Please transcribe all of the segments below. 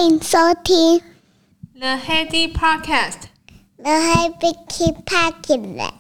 欢迎收听 The Heady Podcast。The Heady Podcast。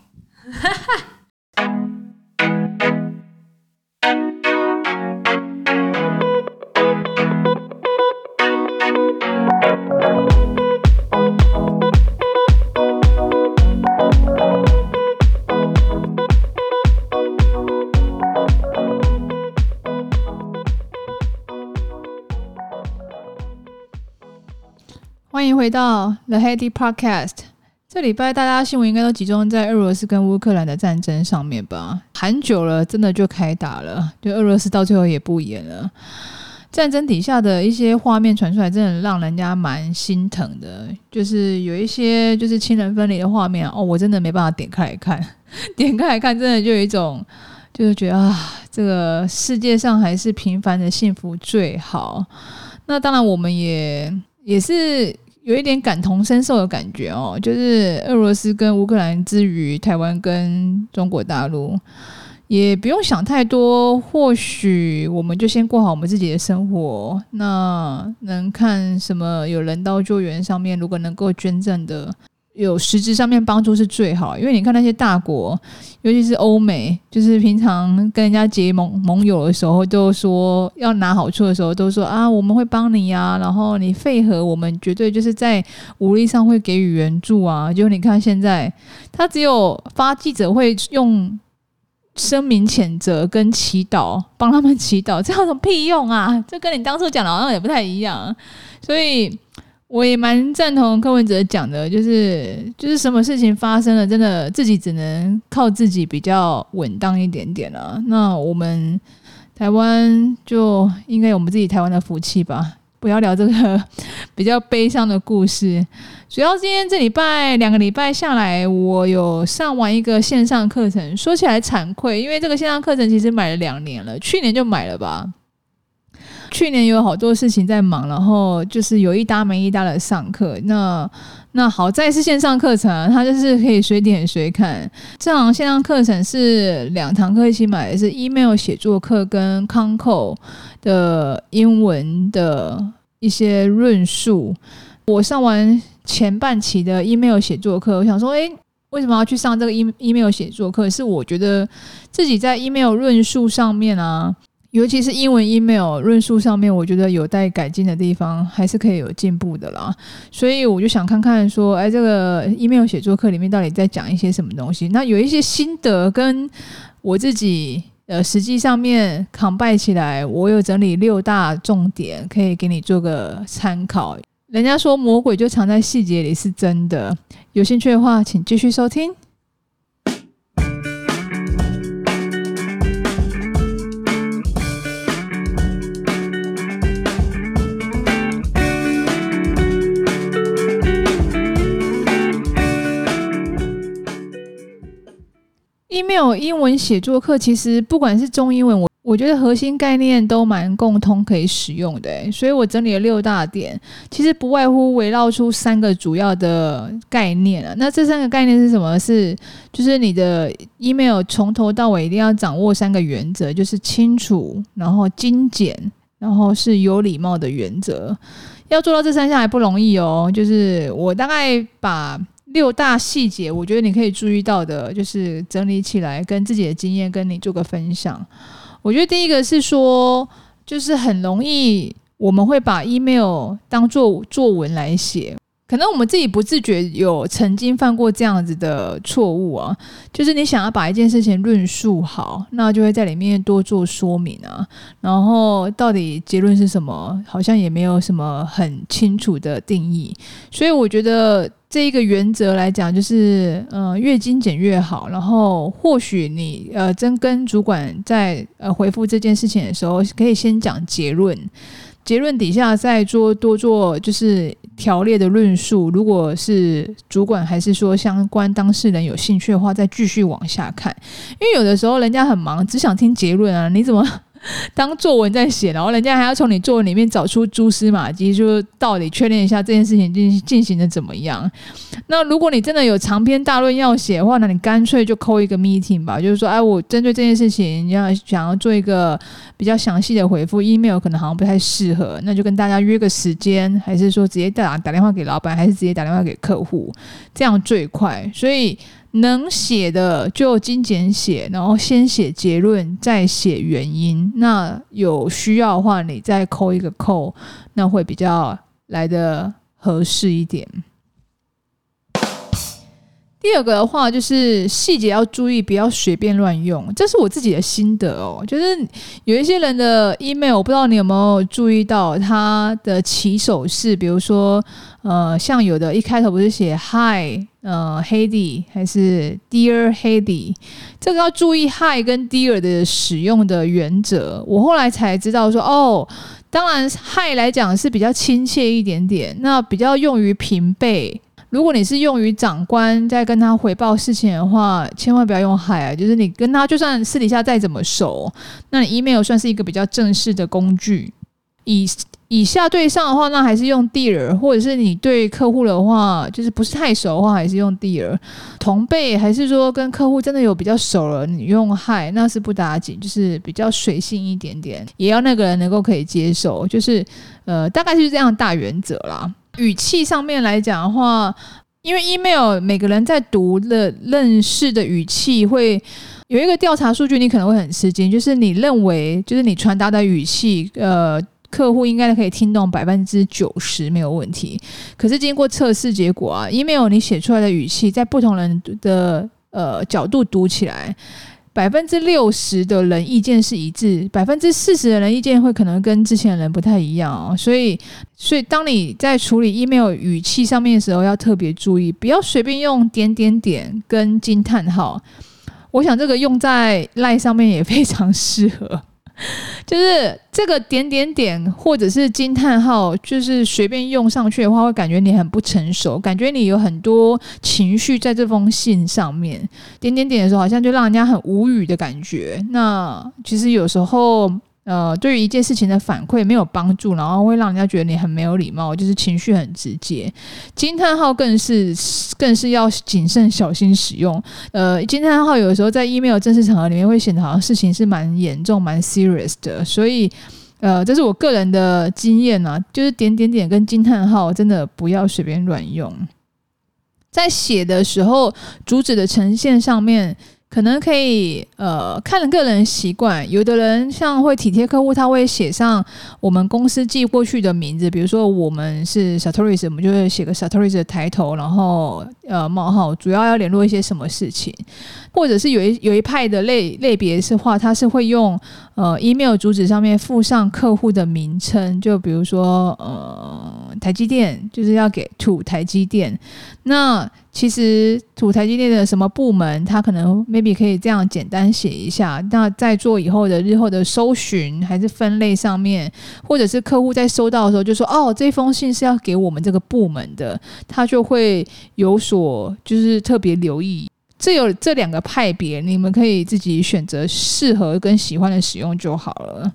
欢迎回到 The Heady Podcast。这礼拜大家新闻应该都集中在俄罗斯跟乌克兰的战争上面吧？喊久了，真的就开打了，就俄罗斯到最后也不演了。战争底下的一些画面传出来，真的让人家蛮心疼的。就是有一些就是亲人分离的画面我真的没办法点开来看，点开来看真的就有一种就是觉得这个世界上还是平凡的幸福最好。那当然我们也是有一点感同身受的感觉就是俄罗斯跟乌克兰之于台湾跟中国大陆，也不用想太多，或许我们就先过好我们自己的生活，那能看什么有人道救援上面如果能够捐赠的有实质上面帮助是最好。因为你看那些大国，尤其是欧美，就是平常跟人家结盟友的时候都说要拿好处的时候都说我们会帮你然后你配合我们绝对就是在武力上会给予援助结果你看现在他只有发记者会用声明谴责跟祈祷，帮他们祈祷，这有什么屁用这跟你当初讲的好像也不太一样。所以我也蛮赞同柯文哲讲的，就是什么事情发生了，真的自己只能靠自己比较稳当一点点了。那我们台湾就应该有我们自己台湾的福气吧，不要聊这个比较悲伤的故事。主要今天这礼拜2个礼拜下来，我有上完一个线上课程，说起来惭愧，因为这个线上课程其实买了2年了，去年就买了吧。去年有好多事情在忙，然后就是有一搭没一搭的上课。那好在是线上课程它就是可以随点随看。这堂线上课程是2堂课一起买的，是 email 写作课跟 Conco 的英文的一些论述。我上完前半期的 email 写作课，我想说为什么要去上这个 email 写作课？是我觉得自己在 email 论述上面尤其是英文 email 论述上面，我觉得有待改进的地方还是可以有进步的啦。所以我就想看看说这个 email 写作课里面到底在讲一些什么东西。那有一些心得跟我自己实际上面 combine 起来，我有整理6大重点可以给你做个参考。人家说魔鬼就藏在细节里，是真的。有兴趣的话请继续收听。email 英文写作课其实不管是中英文，我觉得核心概念都蛮共通可以使用的所以我整理了6大点，其实不外乎围绕出3个主要的概念那这3个概念是什么？就是你的 email 从头到尾一定要掌握3个原则，就是清楚，然后精简，然后是有礼貌的原则。要做到这3项还不容易就是我大概把6大细节我觉得你可以注意到的，就是整理起来跟自己的经验跟你做个分享。我觉得第一个是说，就是很容易我们会把 email 当作作文来写，可能我们自己不自觉有曾经犯过这样子的错误就是你想要把一件事情论述好，那就会在里面多做说明然后到底结论是什么好像也没有什么很清楚的定义。所以我觉得这一个原则来讲，就是越精简越好。然后或许你真跟主管在回复这件事情的时候，可以先讲结论底下再多做就是条列的论述。如果是主管还是说相关当事人有兴趣的话，再继续往下看。因为有的时候人家很忙，只想听结论你怎么当作文在写，然后人家还要从你作文里面找出蛛丝马迹，就到底确认一下这件事情进行的怎么样。那如果你真的有长篇大论要写的话，那你干脆就扣一个 meeting 吧，就是说我针对这件事情想要做一个比较详细的回复 email 可能好像不太适合，那就跟大家约个时间，还是说直接打电话给老板，还是直接打电话给客户，这样最快。所以能写的就精简写，然后先写结论再写原因，那有需要的话你再扣一个扣，那会比较来得合适一点。第二个的话就是细节要注意，不要随便乱用，这是我自己的心得哦。就是有一些人的 email， 我不知道你有没有注意到他的起手式，比如说像有的一开头不是写 Hi Heidi 还是 Dear Heidi， 这个要注意 Hi 跟 Dear 的使用的原则。我后来才知道说当然 Hi 来讲是比较亲切一点点，那比较用于平辈。如果你是用于长官在跟他回报事情的话，千万不要用 Hi， 就是你跟他就算私底下再怎么熟，那你 email 算是一个比较正式的工具。以下对上的话，那还是用 Dear， 或者是你对客户的话，就是不是太熟的话，还是用 Dear。同辈还是说跟客户真的有比较熟了，你用 Hi 那是不打紧，就是比较随性一点点，也要那个人能够可以接受，就是大概是这样大原则啦。语气上面来讲的话，因为 email 每个人在读的认识的语气会有一个调查数据，你可能会很吃惊，就是你认为就是你传达的语气客户应该可以听懂 90% 没有问题，可是经过测试结果啊 email 你写出来的语气在不同人的角度读起来60%的人意见是一致，40%的人意见会可能跟之前的人不太一样哦。所以当你在处理 email 语气上面的时候要特别注意，不要随便用点点点跟惊叹号。我想这个用在 LINE 上面也非常适合，就是这个点点点或者是惊叹号，就是随便用上去的话，会感觉你很不成熟，感觉你有很多情绪在这封信上面。点点点的时候，好像就让人家很无语的感觉。那其实有时候对于一件事情的反馈没有帮助，然后会让人家觉得你很没有礼貌，就是情绪很直接。惊叹号更是要谨慎小心使用。惊叹号有的时候在 email 正式场合里面会显得好像事情是蛮严重蛮 serious 的，所以这是我个人的经验啊，就是点点点跟惊叹号真的不要随便乱用。在写的时候主旨的呈现上面可能可以看个人习惯，有的人像会体贴客户，他会写上我们公司寄过去的名字，比如说我们是 Sartorius， 我们就会写个 Sartorius 的抬头，然后冒号，主要联络一些什么事情。或者是有一派的类别的话，他是会用email 主旨上面附上客户的名称，就比如说台积电，就是要给to台积电。那其实to台积电的什么部门，他可能 maybe 可以这样简单写一下，那在做日后的搜寻还是分类上面，或者是客户在收到的时候就说这封信是要给我们这个部门的，他就会有所就是特别留意。这两个派别，你们可以自己选择适合跟喜欢的使用就好了。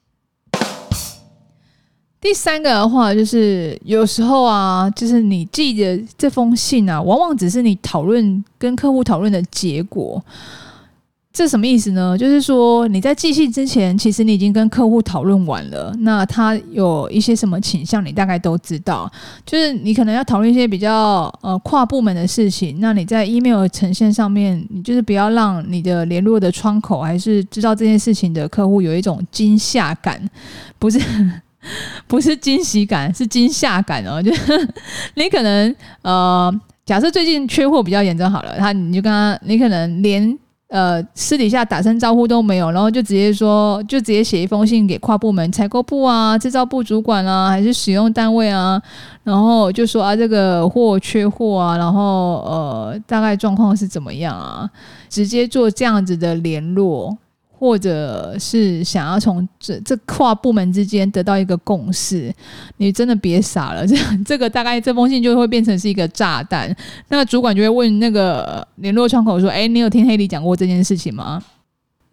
第三个的话，就是有时候啊，就是你寄的这封信啊，往往只是你跟客户讨论的结果。这什么意思呢？就是说你在寄信之前，其实你已经跟客户讨论完了，那他有一些什么倾向你大概都知道，就是你可能要讨论一些比较跨部门的事情，那你在 email 呈现上面，你就是不要让你的联络的窗口还是知道这件事情的客户有一种惊吓感，不是惊喜感，是惊吓感哦。就是你可能假设最近缺货比较严重好了，你可能连私底下打声招呼都没有，然后就直接写一封信给跨部门采购部啊、制造部主管啊，还是使用单位啊，然后就说这个货缺货啊，然后大概状况是怎么样啊，直接做这样子的联络，或者是想要从这跨部门之间得到一个共识，你真的别傻了，这个大概这封信就会变成是一个炸弹。那主管就会问那个联络窗口说：“你有听黑莉讲过这件事情吗？”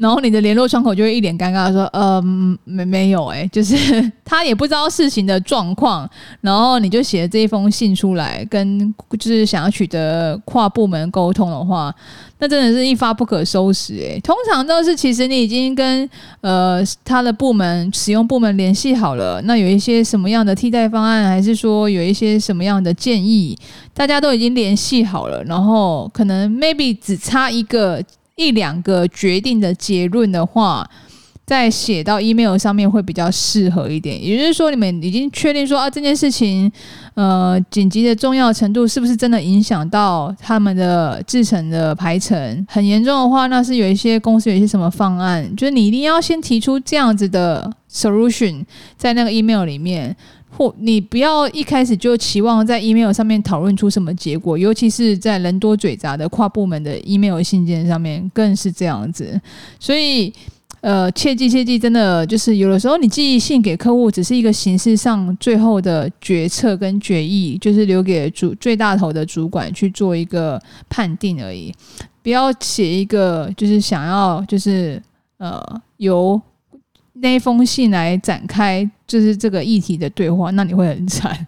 然后你的联络窗口就会一脸尴尬说没有就是他也不知道事情的状况，然后你就写了这一封信出来，跟就是想要取得跨部门沟通的话，那真的是一发不可收拾通常都是其实你已经跟他的部门使用部门联系好了，那有一些什么样的替代方案，还是说有一些什么样的建议，大家都已经联系好了，然后可能 maybe 只差一两个决定的结论的话，再写到 email 上面会比较适合一点。也就是说你们已经确定说这件事情紧急的重要程度是不是真的影响到他们的制程的排程，很严重的话，那是有一些公司有一些什么方案，就是你一定要先提出这样子的 solution 在那个 email 里面，或你不要一开始就期望在 email 上面讨论出什么结果，尤其是在人多嘴杂的跨部门的 email 信件上面更是这样子。所以切记真的就是有的时候你寄信给客户只是一个形式上最后的决策跟决议，就是留给最大头的主管去做一个判定而已，不要写一个就是想要就是由那一封信来展开就是这个议题的对话，那你会很惨。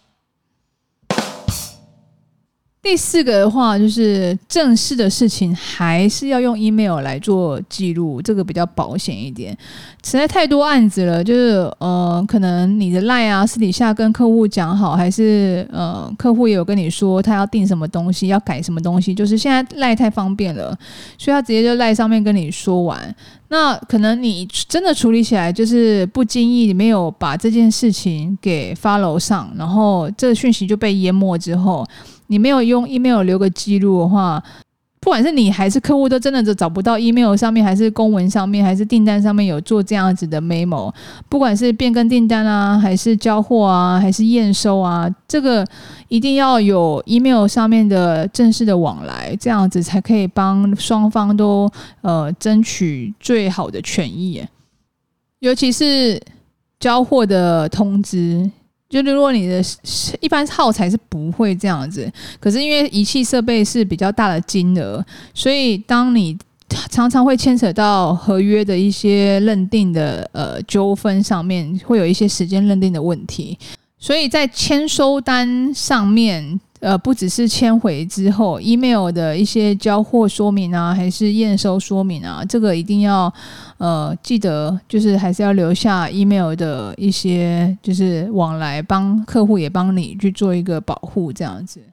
第4个的话就是正式的事情还是要用 email 来做记录，这个比较保险一点。实在太多案子了，就是可能你的 LINE 私底下跟客户讲好，还是客户也有跟你说他要订什么东西，要改什么东西，就是现在 LINE 太方便了，所以他直接就 LINE 上面跟你说完。那可能你真的处理起来就是不经意没有把这件事情给 follow 上，然后这个讯息就被淹没之后，你没有用 email 留个记录的话，不管是你还是客户都真的找不到 email 上面，还是公文上面，还是订单上面有做这样子的 memo， 不管是变更订单啊，还是交货啊，还是验收啊，这个一定要有 email 上面的正式的往来，这样子才可以帮双方都争取最好的权益。尤其是交货的通知，就是如果你的一般耗材是不会这样子，可是因为仪器设备是比较大的金额，所以当你常常会牵扯到合约的一些认定的纠纷上面，会有一些时间认定的问题，所以在签收单上面不只是签回之后 email 的一些交货说明啊，还是验收说明啊，这个一定要记得，就是还是要留下 email 的一些就是往来，帮客户也帮你去做一个保护这样子。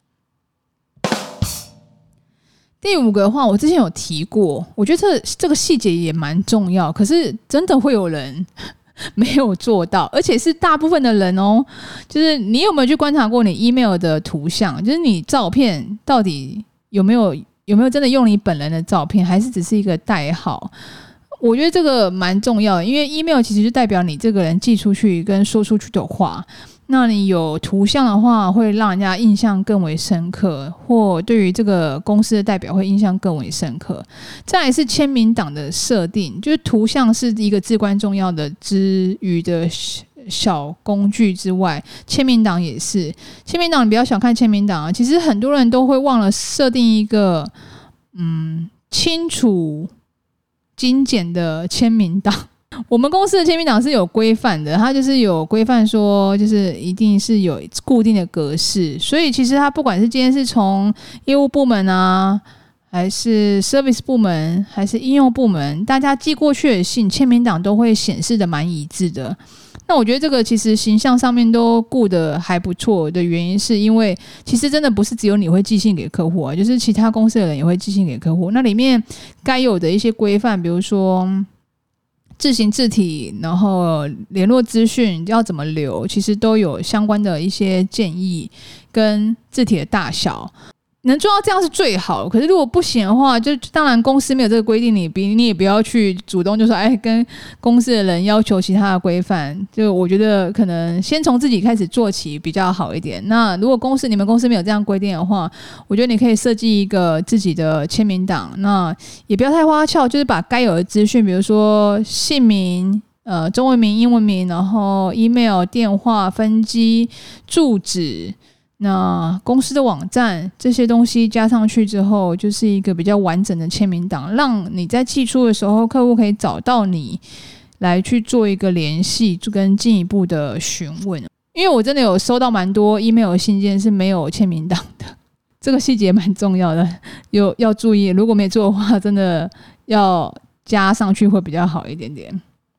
第5个的话，我之前有提过，我觉得这个细节也蛮重要，可是真的会有人没有做到，而且是大部分的人就是你有没有去观察过你 email 的图像，就是你照片到底有没有真的用你本人的照片，还是只是一个代号？我觉得这个蛮重要的，因为 email 其实就代表你这个人寄出去跟说出去的话，那你有图像的话会让人家印象更为深刻，或对于这个公司的代表会印象更为深刻。再来是签名档的设定，就是图像是一个至关重要的之余的小工具之外，签名档也是。签名档你不要小看签名档其实很多人都会忘了设定一个清楚精简的签名档。我们公司的签名档是有规范的，它就是有规范说就是一定是有固定的格式，所以其实它不管是今天是从业务部门啊，还是 service 部门，还是应用部门，大家寄过去的信签名档都会显示的蛮一致的。那我觉得这个其实形象上面都顾得还不错的原因，是因为其实真的不是只有你会寄信给客户就是其他公司的人也会寄信给客户。那里面该有的一些规范，比如说字形字体，然后联络资讯要怎么留，其实都有相关的一些建议跟字体的大小。能做到这样是最好，可是如果不行的话，就当然公司没有这个规定，你也不要去主动就说跟公司的人要求其他的规范。就我觉得可能先从自己开始做起比较好一点。那如果你们公司没有这样规定的话，我觉得你可以设计一个自己的签名档，那也不要太花俏，就是把该有的资讯，比如说姓名、中文名、英文名，然后 email、电话、分机、住址， 那公司的网站这些东西加上去之后，就是一个比较完整的签名档，让你在寄出的时候，客户可以找到你来去做一个联系跟进一步的询问。因为我真的有收到蛮多 email 信件是没有签名档的，这个细节蛮重要的，要注意，如果没做的话，真的要加上去会比较好一点点。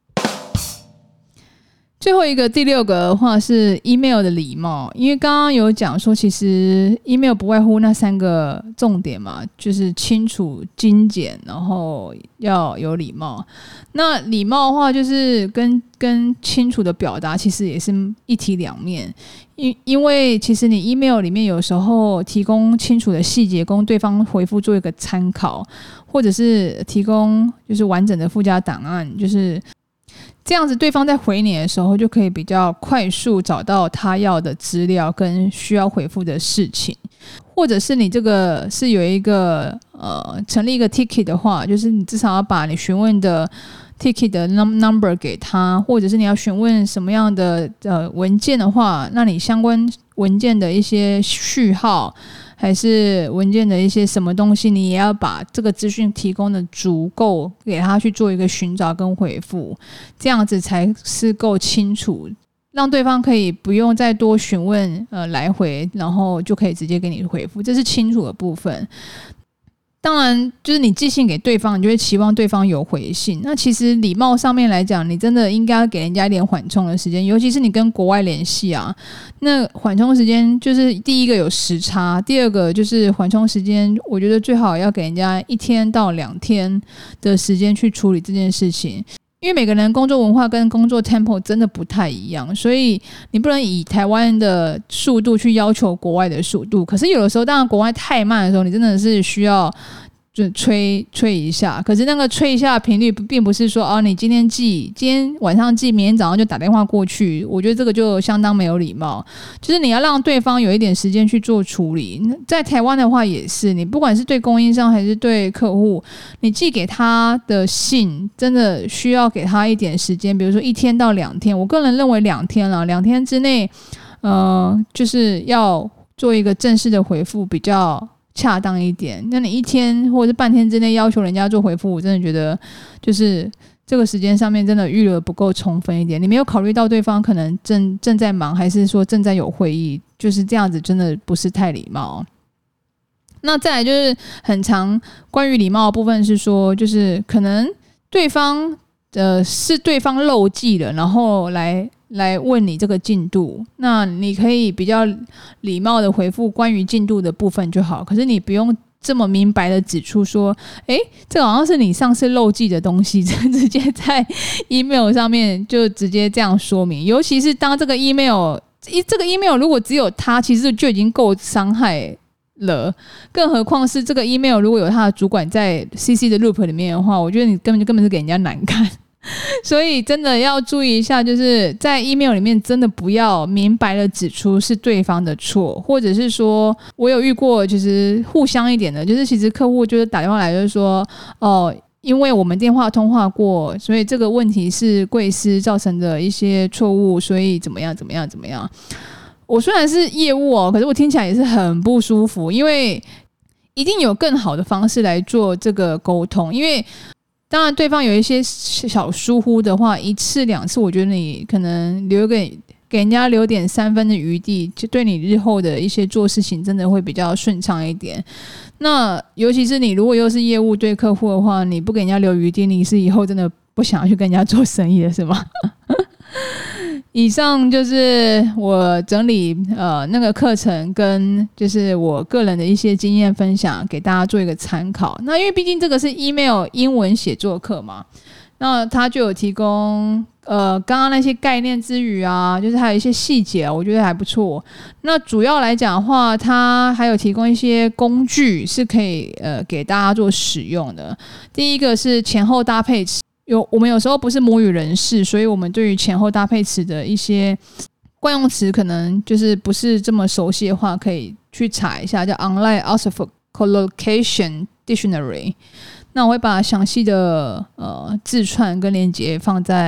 最后一个第6个的话是 email 的礼貌，因为刚刚有讲说其实 email 不外乎那3个重点嘛，就是清楚、精简，然后要有礼貌。那礼貌的话就是跟清楚的表达其实也是一体两面，因为其实你 email 里面有时候提供清楚的细节供对方回复做一个参考，或者是提供就是完整的附加档案，就是这样子对方在回你的时候就可以比较快速找到他要的资料跟需要回复的事情。或者是你这个是有一个成立一个 ticket 的话，就是你至少要把你询问的 ticket 的 number 给他，或者是你要询问什么样的文件的话，那你相关文件的一些序号还是文件的一些什么东西，你也要把这个资讯提供的足够给他去做一个寻找跟回复，这样子才是够清楚，让对方可以不用再多询问来回，然后就可以直接给你回复，这是清楚的部分。当然就是你寄信给对方，你就会期望对方有回信，那其实礼貌上面来讲，你真的应该给人家一点缓冲的时间，尤其是你跟国外联系啊，那缓冲时间就是第一个有时差，第二个就是缓冲时间，我觉得最好要给人家1天到2天的时间去处理这件事情。因为每个人工作文化跟工作 tempo 真的不太一样，所以你不能以台湾的速度去要求国外的速度。可是有的时候，当然国外太慢的时候，你真的是需要就催一下。可是那个催一下的频率并不是说你今天晚上寄，明天早上就打电话过去。我觉得这个就相当没有礼貌。就是你要让对方有一点时间去做处理。在台湾的话也是，你不管是对供应商还是对客户，你寄给他的信真的需要给他一点时间，比如说1天到2天。我个人认为2天啦，2天之内，就是要做一个正式的回复比较恰当一点。那你1天或者是半天之内要求人家做回复，我真的觉得就是这个时间上面真的预留不够充分一点，你没有考虑到对方可能正在忙，还是说正在有会议，就是这样子真的不是太礼貌。那再来就是很常关于礼貌的部分是说，就是可能对方是对方漏记了，然后来问你这个进度，那你可以比较礼貌的回复关于进度的部分就好，可是你不用这么明白的指出说这个好像是你上次漏记的东西，直接在 email 上面就直接这样说明。尤其是当这个 email 如果只有他，其实就已经够伤害了，更何况是这个 email 如果有他的主管在 CC 的 loop 里面的话，我觉得你根本是给人家难看。所以真的要注意一下，就是在 email 里面真的不要明白的指出是对方的错，或者是说我有遇过就是互相一点的，就是其实客户就是打电话来就是说因为我们电话通话过，所以这个问题是贵司造成的一些错误，所以怎么样。我虽然是业务可是我听起来也是很不舒服，因为一定有更好的方式来做这个沟通。因为当然对方有一些小疏忽的话，1次2次我觉得你可能给人家留点3分的余地，就对你日后的一些做事情真的会比较顺畅一点。那尤其是你如果又是业务对客户的话，你不给人家留余地，你是以后真的不想要去跟人家做生意了是吗？以上就是我整理那个课程跟就是我个人的一些经验分享，给大家做一个参考。那因为毕竟这个是 email 英文写作课嘛，那他就有提供刚刚那些概念之语啊，就是还有一些细节我觉得还不错。那主要来讲的话，他还有提供一些工具是可以给大家做使用的。第一个是前后搭配词，我们有时候不是母语人士，所以我们对于前后搭配词的一些惯用词可能就是不是这么熟悉的话，可以去查一下，叫 Online Oxford Collocation Dictionary。那我会把详细的字串跟连结放在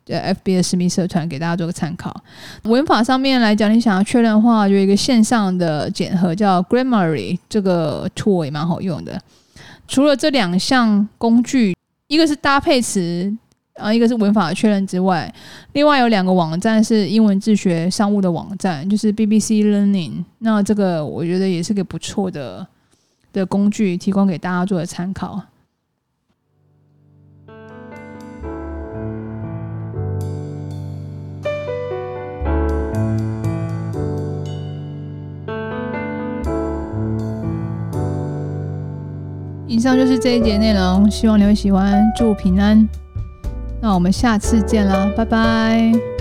FB 的私密社团给大家做个参考。文法上面来讲，你想要确认的话，有一个线上的检核叫 Grammarly， 这个 tool 也蛮好用的。除了这2项工具，一个是搭配词，一个是文法的确认之外，另外有2个网站是英文自学商务的网站，就是 BBC Learning。那这个我觉得也是个不错的工具，提供给大家做的参考。以上就是这一节内容，希望你会喜欢，祝平安。那我们下次见啦，拜拜。